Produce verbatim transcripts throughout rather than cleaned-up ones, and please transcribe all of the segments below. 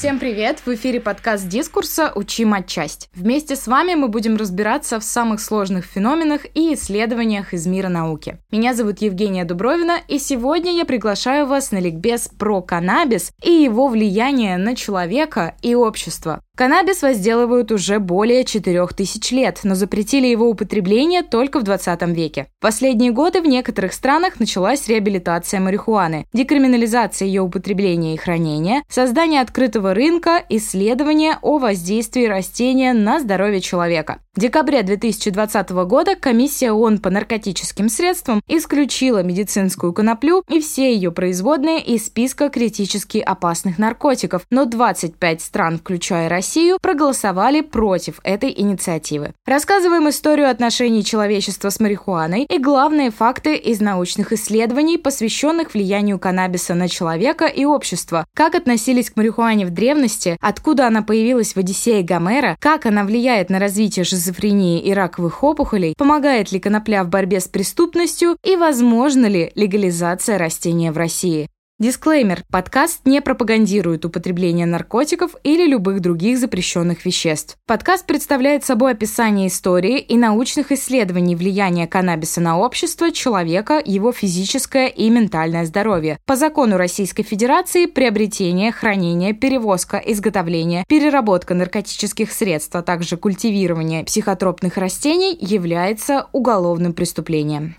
Всем привет! В эфире подкаст дискурса «Учим отчасть». Вместе с вами мы будем разбираться в самых сложных феноменах и исследованиях из мира науки. Меня зовут Евгения Дубровина, и сегодня я приглашаю вас на ликбез про каннабис и его влияние на человека и общество. Каннабис возделывают уже более четырех тысяч лет, но запретили его употребление только в двадцатом веке. В последние годы в некоторых странах началась реабилитация марихуаны, декриминализация ее употребления и хранения, создание открытого рынка, исследования о воздействии растения на здоровье человека. В декабре две тысячи двадцатого года комиссия ООН по наркотическим средствам исключила медицинскую коноплю и все ее производные из списка критически опасных наркотиков, но двадцать пять стран, включая Россию, проголосовали против этой инициативы. Рассказываем историю отношений человечества с марихуаной и главные факты из научных исследований, посвященных влиянию каннабиса на человека и общество, как относились к марихуане в древности, откуда она появилась в Одиссее Гомера, как она влияет на развитие шизофрении и раковых опухолей, помогает ли конопля в борьбе с преступностью и возможна ли легализация растения в России. Дисклеймер. Подкаст не пропагандирует употребление наркотиков или любых других запрещенных веществ. Подкаст представляет собой описание истории и научных исследований влияния каннабиса на общество, человека, его физическое и ментальное здоровье. По закону Российской Федерации приобретение, хранение, перевозка, изготовление, переработка наркотических средств, а также культивирование психотропных растений является уголовным преступлением.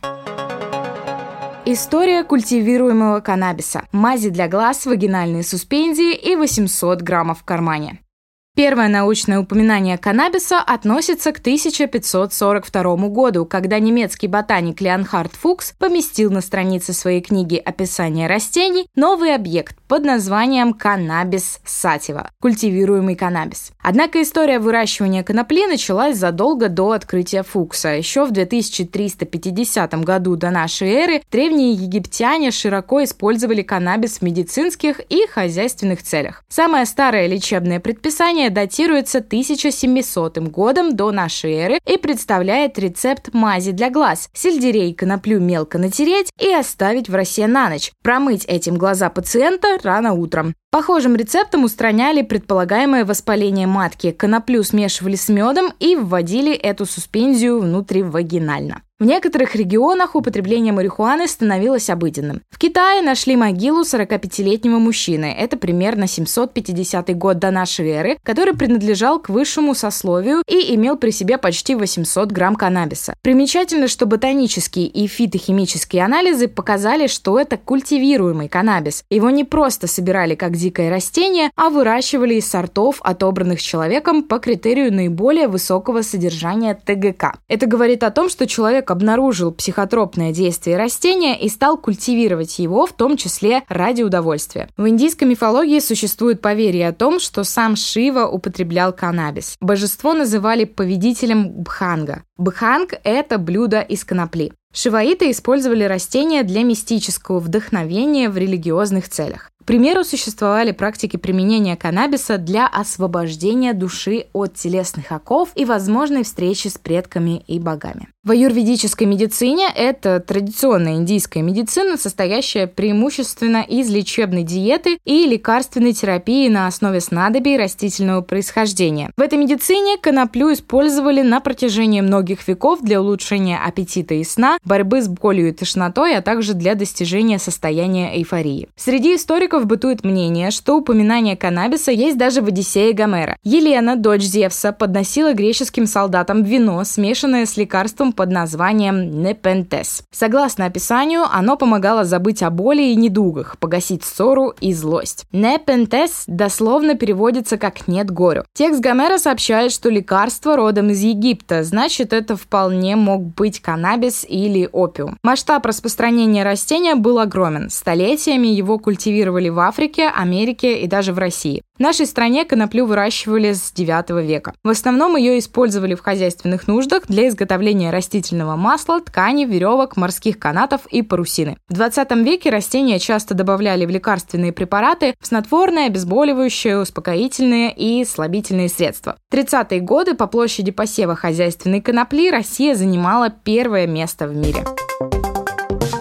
История культивируемого каннабиса. Мази для глаз, вагинальные суспензии и восемьсот граммов в кармане. Первое научное упоминание каннабиса относится к тысяча пятьсот сорок второму году, когда немецкий ботаник Леонхард Фукс поместил на странице своей книги «Описание растений» новый объект под названием каннабис сатива – культивируемый каннабис. Однако история выращивания конопли началась задолго до открытия Фукса. Еще в две тысячи триста пятидесятом году до нашей эры древние египтяне широко использовали каннабис в медицинских и хозяйственных целях. Самое старое лечебное предписание датируется тысяча семисотым годом до нашей эры и представляет рецепт мази для глаз. Сельдерей и коноплю мелко натереть и оставить в росе на ночь. Промыть этим глаза пациента рано утром. Похожим рецептом устраняли предполагаемое воспаление матки. Коноплю смешивали с медом и вводили эту суспензию внутривагинально. В некоторых регионах употребление марихуаны становилось обыденным. В Китае нашли могилу сорокапятилетнего мужчины, это примерно семьсот пятидесятый год до нашей эры, который принадлежал к высшему сословию и имел при себе почти восемьсот грамм каннабиса. Примечательно, что ботанические и фитохимические анализы показали, что это культивируемый каннабис. Его не просто собирали как дикое растение, а выращивали из сортов, отобранных человеком по критерию наиболее высокого содержания тэ гэ ка. Это говорит о том, что человек обнаружил психотропное действие растения и стал культивировать его, в том числе ради удовольствия. В индийской мифологии существует поверье о том, что сам Шива употреблял каннабис. Божество называли повелителем Бханга. Бханг – это блюдо из конопли. Шиваиты использовали растения для мистического вдохновения в религиозных целях. К примеру, существовали практики применения каннабиса для освобождения души от телесных оков и возможной встречи с предками и богами. В аюрведической медицине это традиционная индийская медицина, состоящая преимущественно из лечебной диеты и лекарственной терапии на основе снадобий растительного происхождения. В этой медицине коноплю использовали на протяжении многих веков для улучшения аппетита и сна, борьбы с болью и тошнотой, а также для достижения состояния эйфории. Среди историков бытует мнение, что упоминание каннабиса есть даже в Одиссее Гомера. Елена, дочь Зевса, подносила греческим солдатам вино, смешанное с лекарством под названием непентес. Согласно описанию, оно помогало забыть о боли и недугах, погасить ссору и злость. Непентес дословно переводится как «нет горю». Текст Гомера сообщает, что лекарство родом из Египта, значит, это вполне мог быть каннабис или опиум. Масштаб распространения растения был огромен. Столетиями его культивировали в Африке, Америке и даже в России. В нашей стране коноплю выращивали с девятого века. В основном ее использовали в хозяйственных нуждах для изготовления растительного масла, ткани, веревок, морских канатов и парусины. В двадцатом веке растения часто добавляли в лекарственные препараты, в снотворные, обезболивающие, успокоительные и слабительные средства. В тридцатые годы по площади посева хозяйственной конопли Россия занимала первое место в мире.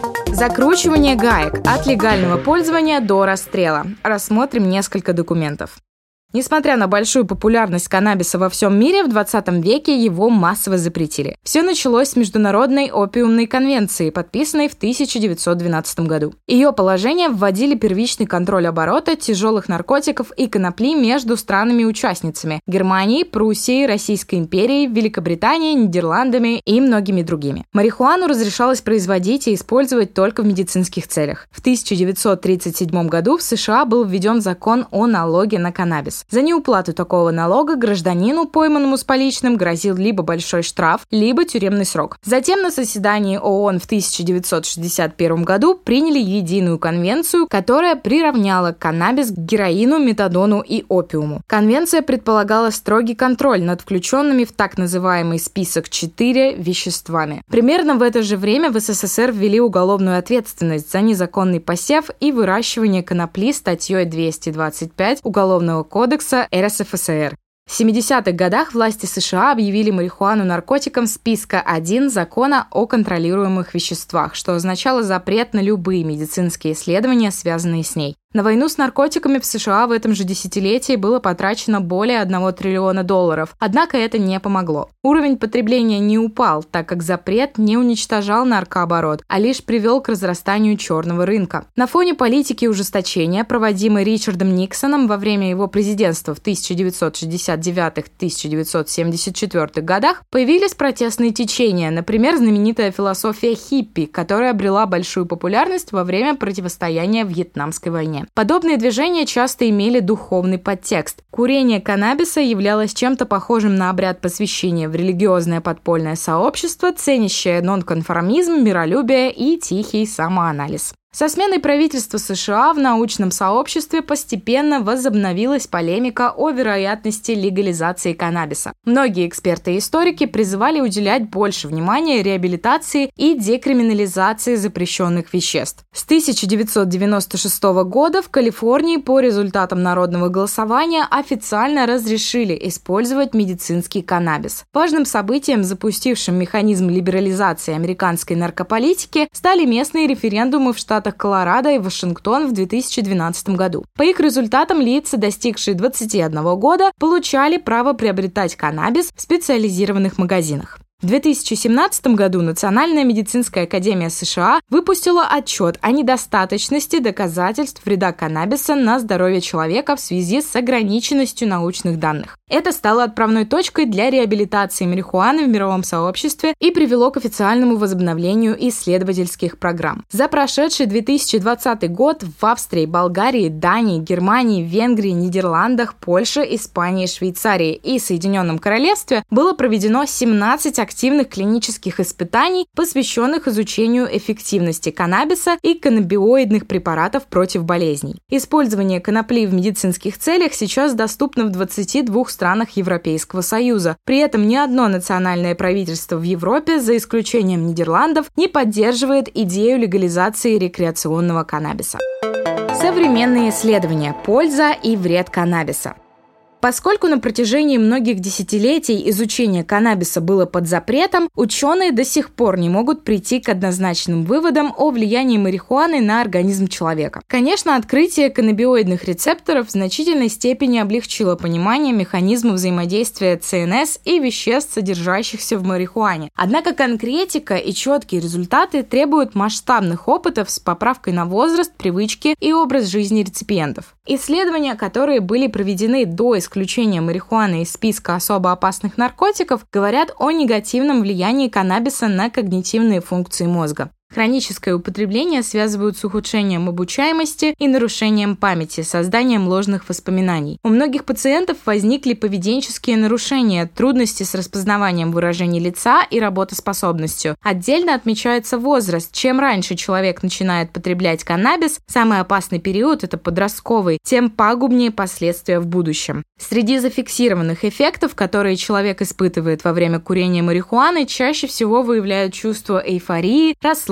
Закручивание гаек от легального пользования до расстрела. Рассмотрим несколько документов. Несмотря на большую популярность каннабиса во всем мире, в двадцатом веке его массово запретили. Все началось с Международной опиумной конвенции, подписанной в тысяча девятьсот двенадцатом году. Ее положения вводили первичный контроль оборота тяжелых наркотиков и конопли между странами-участницами – Германией, Пруссией, Российской империей, Великобританией, Нидерландами и многими другими. Марихуану разрешалось производить и использовать только в медицинских целях. В тысяча девятьсот тридцать седьмом году в США был введен закон о налоге на каннабис. За неуплату такого налога гражданину, пойманному с поличным, грозил либо большой штраф, либо тюремный срок. Затем на заседании ООН в тысяча девятьсот шестьдесят первом году приняли единую конвенцию, которая приравняла каннабис к героину, метадону и опиуму. Конвенция предполагала строгий контроль над включенными в так называемый список четыре веществами. Примерно в это же время в СССР ввели уголовную ответственность за незаконный посев и выращивание конопли статьей двести двадцать пять Уголовного кодекса эр эс эф эс эр. В семидесятых годах власти США объявили марихуану наркотиком списка один Закона о контролируемых веществах, что означало запрет на любые медицинские исследования, связанные с ней. На войну с наркотиками в США в этом же десятилетии было потрачено более одного триллиона долларов, однако это не помогло. Уровень потребления не упал, так как запрет не уничтожал наркооборот, а лишь привел к разрастанию черного рынка. На фоне политики ужесточения, проводимой Ричардом Никсоном во время его президентства в тысяча девятьсот шестьдесят девятом — тысяча девятьсот семьдесят четвёртом годах, появились протестные течения, например, знаменитая философия хиппи, которая обрела большую популярность во время противостояния Вьетнамской войне. Подобные движения часто имели духовный подтекст. Курение каннабиса являлось чем-то похожим на обряд посвящения в религиозное подпольное сообщество, ценящее нонконформизм, миролюбие и тихий самоанализ. Со сменой правительства США в научном сообществе постепенно возобновилась полемика о вероятности легализации каннабиса. Многие эксперты и историки призывали уделять больше внимания реабилитации и декриминализации запрещенных веществ. С тысяча девятьсот девяносто шестого года в Калифорнии по результатам народного голосования официально разрешили использовать медицинский каннабис. Важным событием, запустившим механизм либерализации американской наркополитики, стали местные референдумы в штатах Колорадо и Вашингтон в две тысячи двенадцатом году. По их результатам лица, достигшие двадцати одного года, получали право приобретать каннабис в специализированных магазинах. В две тысячи семнадцатом году Национальная медицинская академия США выпустила отчет о недостаточности доказательств вреда каннабиса на здоровье человека в связи с ограниченностью научных данных. Это стало отправной точкой для реабилитации марихуаны в мировом сообществе и привело к официальному возобновлению исследовательских программ. За прошедший две тысячи двадцатый год в Австрии, Болгарии, Дании, Германии, Венгрии, Нидерландах, Польше, Испании, Швейцарии и Соединенном Королевстве было проведено семнадцать активных клинических испытаний, посвященных изучению эффективности каннабиса и каннабиоидных препаратов против болезней. Использование конопли в медицинских целях сейчас доступно в двадцати двух странах Европейского Союза. При этом ни одно национальное правительство в Европе, за исключением Нидерландов, не поддерживает идею легализации рекреационного каннабиса. Современные исследования. Польза и вред каннабиса. Поскольку на протяжении многих десятилетий изучение каннабиса было под запретом, ученые до сих пор не могут прийти к однозначным выводам о влиянии марихуаны на организм человека. Конечно, открытие каннабиоидных рецепторов в значительной степени облегчило понимание механизма взаимодействия цэ эн эс и веществ, содержащихся в марихуане. Однако конкретика и четкие результаты требуют масштабных опытов с поправкой на возраст, привычки и образ жизни реципиентов. Исследования, которые были проведены до исключения марихуаны из списка особо опасных наркотиков, говорят о негативном влиянии каннабиса на когнитивные функции мозга. Хроническое употребление связывают с ухудшением обучаемости и нарушением памяти, созданием ложных воспоминаний. У многих пациентов возникли поведенческие нарушения, трудности с распознаванием выражений лица и работоспособностью. Отдельно отмечается возраст. Чем раньше человек начинает потреблять каннабис, самый опасный период – это подростковый, тем пагубнее последствия в будущем. Среди зафиксированных эффектов, которые человек испытывает во время курения марихуаны, чаще всего выявляют чувство эйфории, расслабленности,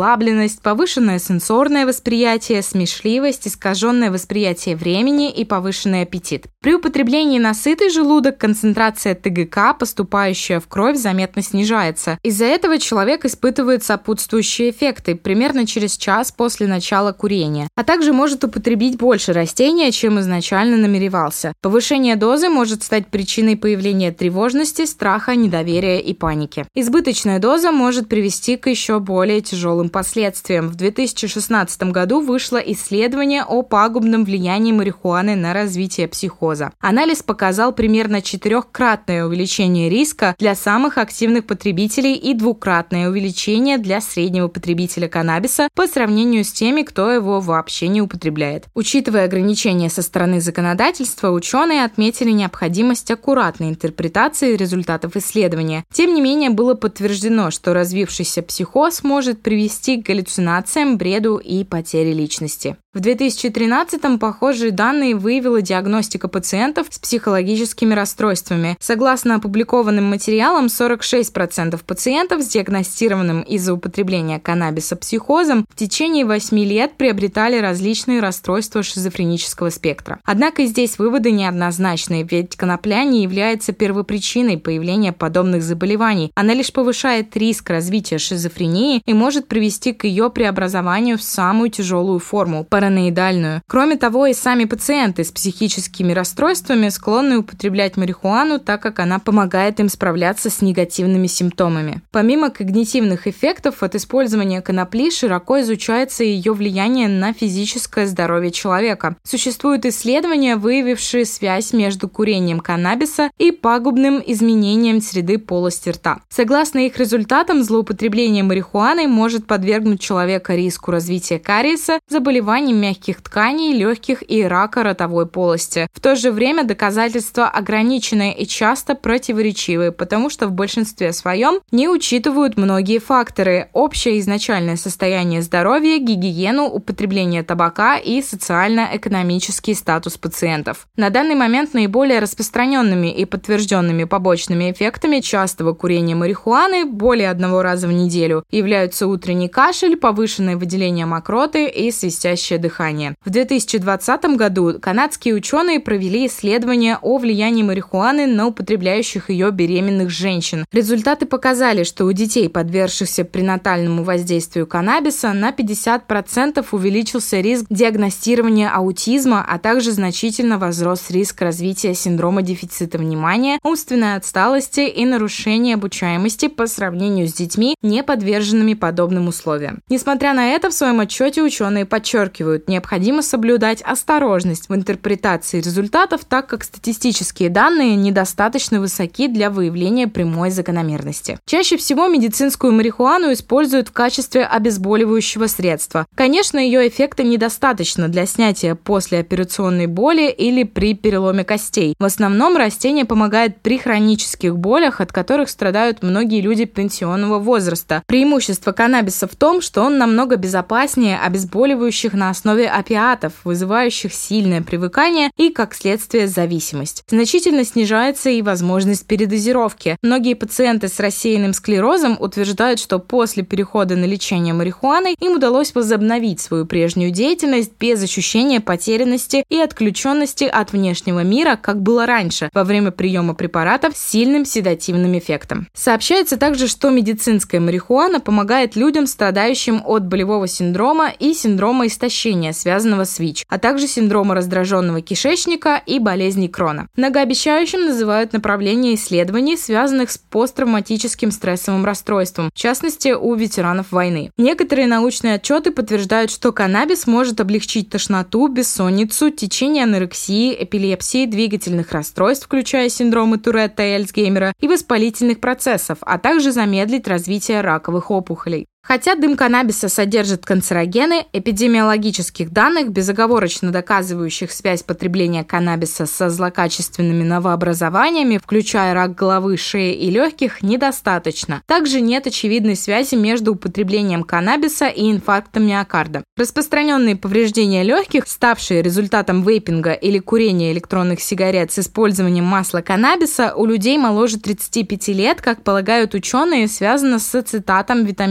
расслабленность, повышенное сенсорное восприятие, смешливость, искаженное восприятие времени и повышенный аппетит. При употреблении на сытый желудок концентрация ТГК, поступающая в кровь, заметно снижается. Из-за этого человек испытывает сопутствующие эффекты примерно через час после начала курения, а также может употребить больше растения, чем изначально намеревался. Повышение дозы может стать причиной появления тревожности, страха, недоверия и паники. Избыточная доза может привести к еще более тяжелым последствиям. В две тысячи шестнадцатом году вышло исследование о пагубном влиянии марихуаны на развитие психоза. Анализ показал примерно четырехкратное увеличение риска для самых активных потребителей и двукратное увеличение для среднего потребителя каннабиса по сравнению с теми, кто его вообще не употребляет. Учитывая ограничения со стороны законодательства, ученые отметили необходимость аккуратной интерпретации результатов исследования. Тем не менее, было подтверждено, что развившийся психоз может привести к галлюцинациям, бреду и потере личности. В две тысячи тринадцатом похожие данные выявила диагностика пациентов с психологическими расстройствами. Согласно опубликованным материалам, сорок шесть процентов пациентов с диагностированным из-за употребления каннабиса психозом в течение восьми лет приобретали различные расстройства шизофренического спектра. Однако здесь выводы неоднозначные, ведь конопля не является первопричиной появления подобных заболеваний. Она лишь повышает риск развития шизофрении и может привести к ее преобразованию в самую тяжелую форму – параноидальную. Кроме того, и сами пациенты с психическими расстройствами склонны употреблять марихуану, так как она помогает им справляться с негативными симптомами. Помимо когнитивных эффектов от использования конопли, широко изучается ее влияние на физическое здоровье человека. Существуют исследования, выявившие связь между курением каннабиса и пагубным изменением среды полости рта. Согласно их результатам, злоупотребление марихуаной может подвергнуть человека риску развития кариеса, заболеваний мягких тканей, легких и рака ротовой полости. В то же время доказательства ограниченные и часто противоречивые, потому что в большинстве своем не учитывают многие факторы: общее изначальное состояние здоровья, гигиену, употребление табака и социально-экономический статус пациентов. На данный момент наиболее распространенными и подтвержденными побочными эффектами частого курения марихуаны более одного раза в неделю являются утренний кашель, повышенное выделение мокроты и свистящее дыхание. В две тысячи двадцатом году канадские ученые провели исследование о влиянии марихуаны на употребляющих ее беременных женщин. Результаты показали, что у детей, подвергшихся пренатальному воздействию каннабиса, на пятьдесят процентов увеличился риск диагностирования аутизма, а также значительно возрос риск развития синдрома дефицита внимания, умственной отсталости и нарушения обучаемости по сравнению с детьми, не подверженными подобным условиям. Несмотря на это, в своем отчете ученые подчеркивают, необходимо соблюдать осторожность в интерпретации результатов, так как статистические данные недостаточно высоки для выявления прямой закономерности. Чаще всего медицинскую марихуану используют в качестве обезболивающего средства. Конечно, ее эффекта недостаточно для снятия послеоперационной боли или при переломе костей. В основном растение помогает при хронических болях, от которых страдают многие люди пенсионного возраста. Преимущество каннабиса в том, что он намного безопаснее обезболивающих на основе опиатов, вызывающих сильное привыкание и, как следствие, зависимость. Значительно снижается и возможность передозировки. Многие пациенты с рассеянным склерозом утверждают, что после перехода на лечение марихуаной им удалось возобновить свою прежнюю деятельность без ощущения потерянности и отключенности от внешнего мира, как было раньше, во время приема препаратов с сильным седативным эффектом. Сообщается также, что медицинская марихуана помогает людям, страдающим от болевого синдрома и синдрома истощения, связанного с ВИЧ, а также синдрома раздраженного кишечника и болезней Крона. Многообещающим называют направление исследований, связанных с посттравматическим стрессовым расстройством, в частности, у ветеранов войны. Некоторые научные отчеты подтверждают, что каннабис может облегчить тошноту, бессонницу, течение анорексии, эпилепсии, двигательных расстройств, включая синдромы Туретта и Альцгеймера, и воспалительных процессов, а также замедлить развитие раковых опухолей. Хотя дым каннабиса содержит канцерогены, эпидемиологических данных, безоговорочно доказывающих связь потребления каннабиса со злокачественными новообразованиями, включая рак головы, шеи и легких, недостаточно. Также нет очевидной связи между употреблением каннабиса и инфарктом миокарда. Распространенные повреждения легких, ставшие результатом вейпинга или курения электронных сигарет с использованием масла каннабиса, у людей моложе тридцати пяти лет, как полагают ученые, связано с ацетатом витамина Е.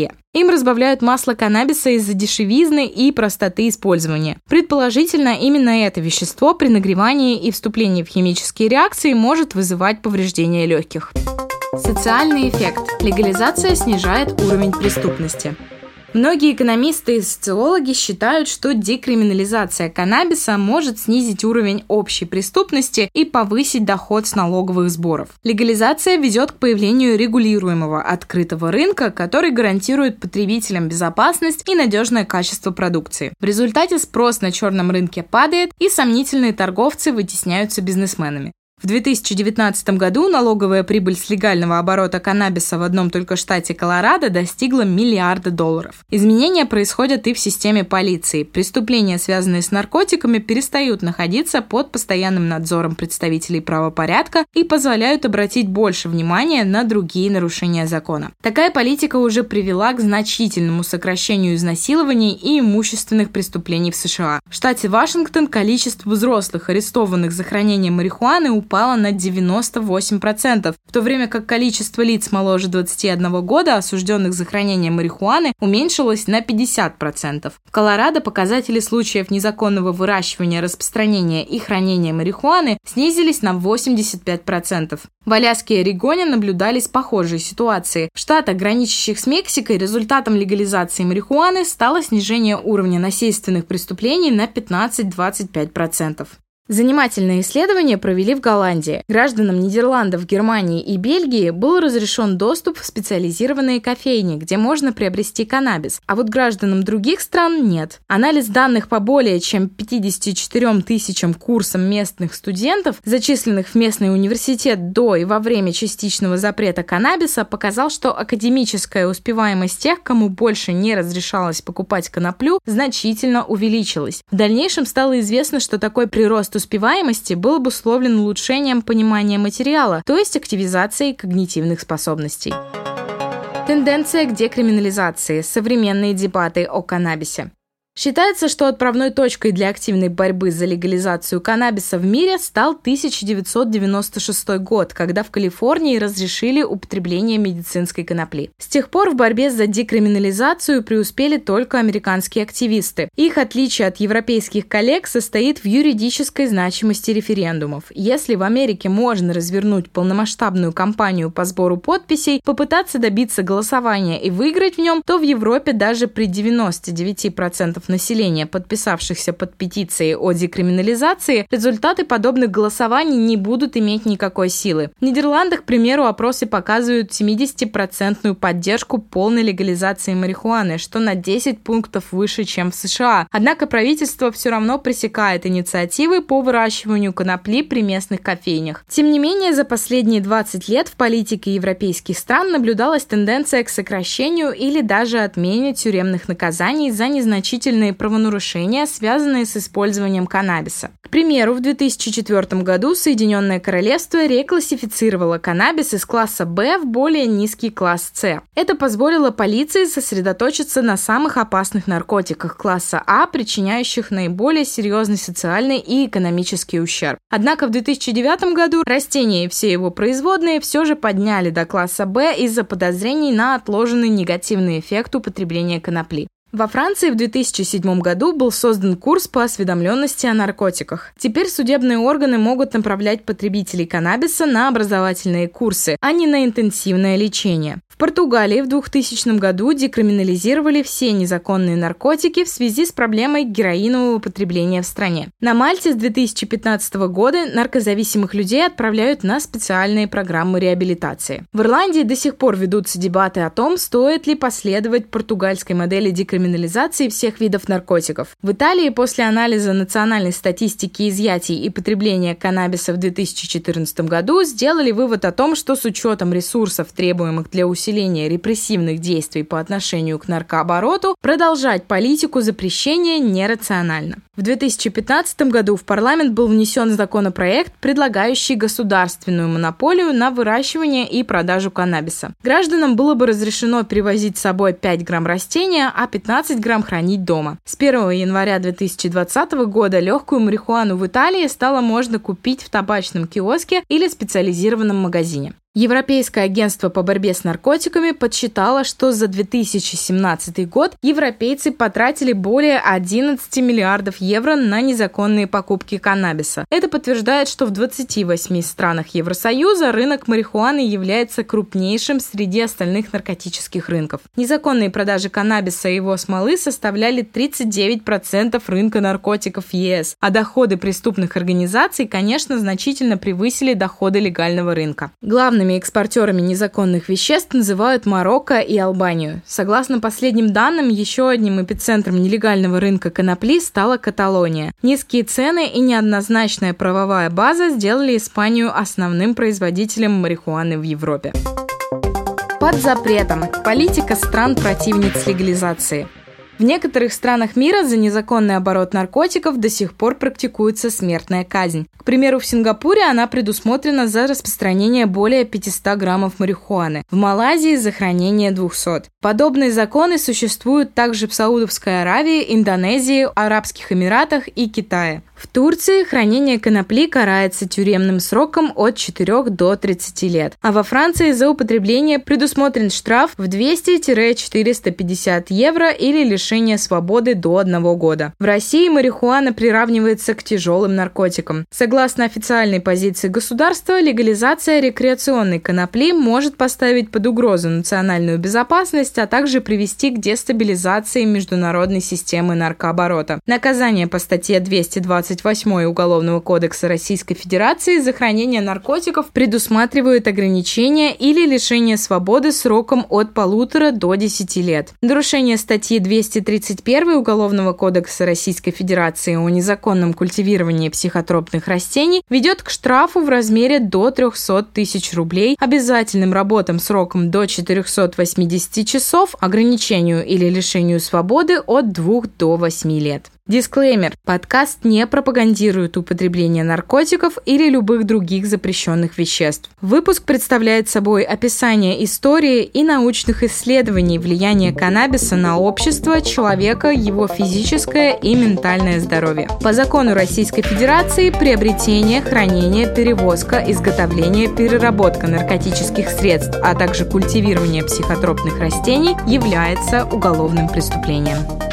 еде. Им разбавляют масло каннабиса из-за дешевизны и простоты использования. Предположительно, именно это вещество при нагревании и вступлении в химические реакции может вызывать повреждение легких. Социальный эффект. Легализация снижает уровень преступности. Многие экономисты и социологи считают, что декриминализация каннабиса может снизить уровень общей преступности и повысить доход с налоговых сборов. Легализация ведет к появлению регулируемого открытого рынка, который гарантирует потребителям безопасность и надежное качество продукции. В результате спрос на черном рынке падает, и сомнительные торговцы вытесняются бизнесменами. В две тысячи девятнадцатом году налоговая прибыль с легального оборота каннабиса в одном только штате Колорадо достигла миллиарда долларов. Изменения происходят и в системе полиции. Преступления, связанные с наркотиками, перестают находиться под постоянным надзором представителей правопорядка и позволяют обратить больше внимания на другие нарушения закона. Такая политика уже привела к значительному сокращению изнасилований и имущественных преступлений в США. В штате Вашингтон количество взрослых, арестованных за хранение марихуаны, упала на девяносто восемь процентов, в то время как количество лиц моложе двадцати одного года, осужденных за хранение марихуаны, уменьшилось на пятьдесят процентов. В Колорадо показатели случаев незаконного выращивания, распространения и хранения марихуаны снизились на восемьдесят пять процентов. В Аляске и Орегоне наблюдались похожие ситуации. В штатах, граничащих с Мексикой, результатом легализации марихуаны стало снижение уровня насильственных преступлений на пятнадцать-двадцать пять процентов. Занимательные исследования провели в Голландии. Гражданам Нидерландов, Германии и Бельгии был разрешен доступ в специализированные кофейни, где можно приобрести каннабис, а вот гражданам других стран нет. Анализ данных по более чем пятидесяти четырем тысячам курсам местных студентов, зачисленных в местный университет до и во время частичного запрета каннабиса, показал, что академическая успеваемость тех, кому больше не разрешалось покупать коноплю, значительно увеличилась. В дальнейшем стало известно, что такой прирост успеваемости был обусловлен улучшением понимания материала, то есть активизацией когнитивных способностей. Тенденция к декриминализации. Современные дебаты о каннабисе. Считается, что отправной точкой для активной борьбы за легализацию каннабиса в мире стал тысяча девятьсот девяносто шестой год, когда в Калифорнии разрешили употребление медицинской конопли. С тех пор в борьбе за декриминализацию преуспели только американские активисты. Их отличие от европейских коллег состоит в юридической значимости референдумов. Если в Америке можно развернуть полномасштабную кампанию по сбору подписей, попытаться добиться голосования и выиграть в нем, то в Европе даже при девяноста девяти процентах населения, подписавшихся под петицией о декриминализации, результаты подобных голосований не будут иметь никакой силы. В Нидерландах, к примеру, опросы показывают семидесятипроцентную поддержку полной легализации марихуаны, что на десять пунктов выше, чем в США. Однако правительство все равно пресекает инициативы по выращиванию конопли при местных кофейнях. Тем не менее, за последние двадцать лет в политике европейских стран наблюдалась тенденция к сокращению или даже отмене тюремных наказаний за незначительные правонарушения, связанные с использованием каннабиса. К примеру, в две тысячи четвёртом году Соединенное Королевство реклассифицировало каннабис из класса Б в более низкий класс С. Это позволило полиции сосредоточиться на самых опасных наркотиках класса А, причиняющих наиболее серьезный социальный и экономический ущерб. Однако в две тысячи девятом году растение и все его производные все же подняли до класса Б из-за подозрений на отложенный негативный эффект употребления конопли. Во Франции в две тысячи седьмом году был создан курс по осведомленности о наркотиках. Теперь судебные органы могут направлять потребителей каннабиса на образовательные курсы, а не на интенсивное лечение. В Португалии в двухтысячном году декриминализировали все незаконные наркотики в связи с проблемой героинового потребления в стране. На Мальте с две тысячи пятнадцатого года наркозависимых людей отправляют на специальные программы реабилитации. В Ирландии до сих пор ведутся дебаты о том, стоит ли последовать португальской модели декриминализации всех видов наркотиков. В Италии после анализа национальной статистики изъятий и потребления каннабиса в две тысячи четырнадцатом году сделали вывод о том, что с учетом ресурсов, требуемых для усиления репрессивных действий по отношению к наркообороту, продолжать политику запрещения нерационально. В две тысячи пятнадцатом году в парламент был внесен законопроект, предлагающий государственную монополию на выращивание и продажу каннабиса. Гражданам было бы разрешено привозить с собой пять грамм растения, а пятнадцать грамм хранить дома. С первого января две тысячи двадцатого года легкую марихуану в Италии стало можно купить в табачном киоске или специализированном магазине. Европейское агентство по борьбе с наркотиками подсчитало, что за две тысячи семнадцатый год европейцы потратили более одиннадцати миллиардов евро на незаконные покупки каннабиса. Это подтверждает, что в двадцати восьми странах Евросоюза рынок марихуаны является крупнейшим среди остальных наркотических рынков. Незаконные продажи каннабиса и его смолы составляли тридцать девять процентов рынка наркотиков в ЕС, а доходы преступных организаций, конечно, значительно превысили доходы легального рынка. Главными экспортерами незаконных веществ называют Марокко и Албанию. Согласно последним данным, еще одним эпицентром нелегального рынка конопли стала Каталония. Низкие цены и неоднозначная правовая база сделали Испанию основным производителем марихуаны в Европе. Под запретом. Политика стран-противниц легализации. В некоторых странах мира за незаконный оборот наркотиков до сих пор практикуется смертная казнь. К примеру, в Сингапуре она предусмотрена за распространение более пятисот граммов марихуаны, в Малайзии – за хранение двухсот. Подобные законы существуют также в Саудовской Аравии, Индонезии, Арабских Эмиратах и Китае. В Турции хранение конопли карается тюремным сроком от четырёх до тридцати лет, а во Франции за употребление предусмотрен штраф в двести - четыреста пятьдесят евро или лишение свободы до одного года. В России марихуана приравнивается к тяжелым наркотикам. Согласно официальной позиции государства, легализация рекреационной конопли может поставить под угрозу национальную безопасность, а также привести к дестабилизации международной системы наркооборота. Наказание по статье двести двадцать восьмой Уголовного кодекса Российской Федерации за хранение наркотиков предусматривают ограничения или лишение свободы сроком от полутора до десяти лет. Нарушение статьи двести тридцать первой Уголовного кодекса Российской Федерации о незаконном культивировании психотропных растений ведет к штрафу в размере до трехсот тысяч рублей, обязательным работам сроком до четырехсот восьмидесяти часов, ограничению или лишению свободы от двух до восьми лет. Дисклеймер. Подкаст не пропагандирует употребление наркотиков или любых других запрещенных веществ. Выпуск представляет собой описание истории и научных исследований влияния каннабиса на общество, человека, его физическое и ментальное здоровье. По закону Российской Федерации приобретение, хранение, перевозка, изготовление, переработка наркотических средств, а также культивирование психотропных растений является уголовным преступлением.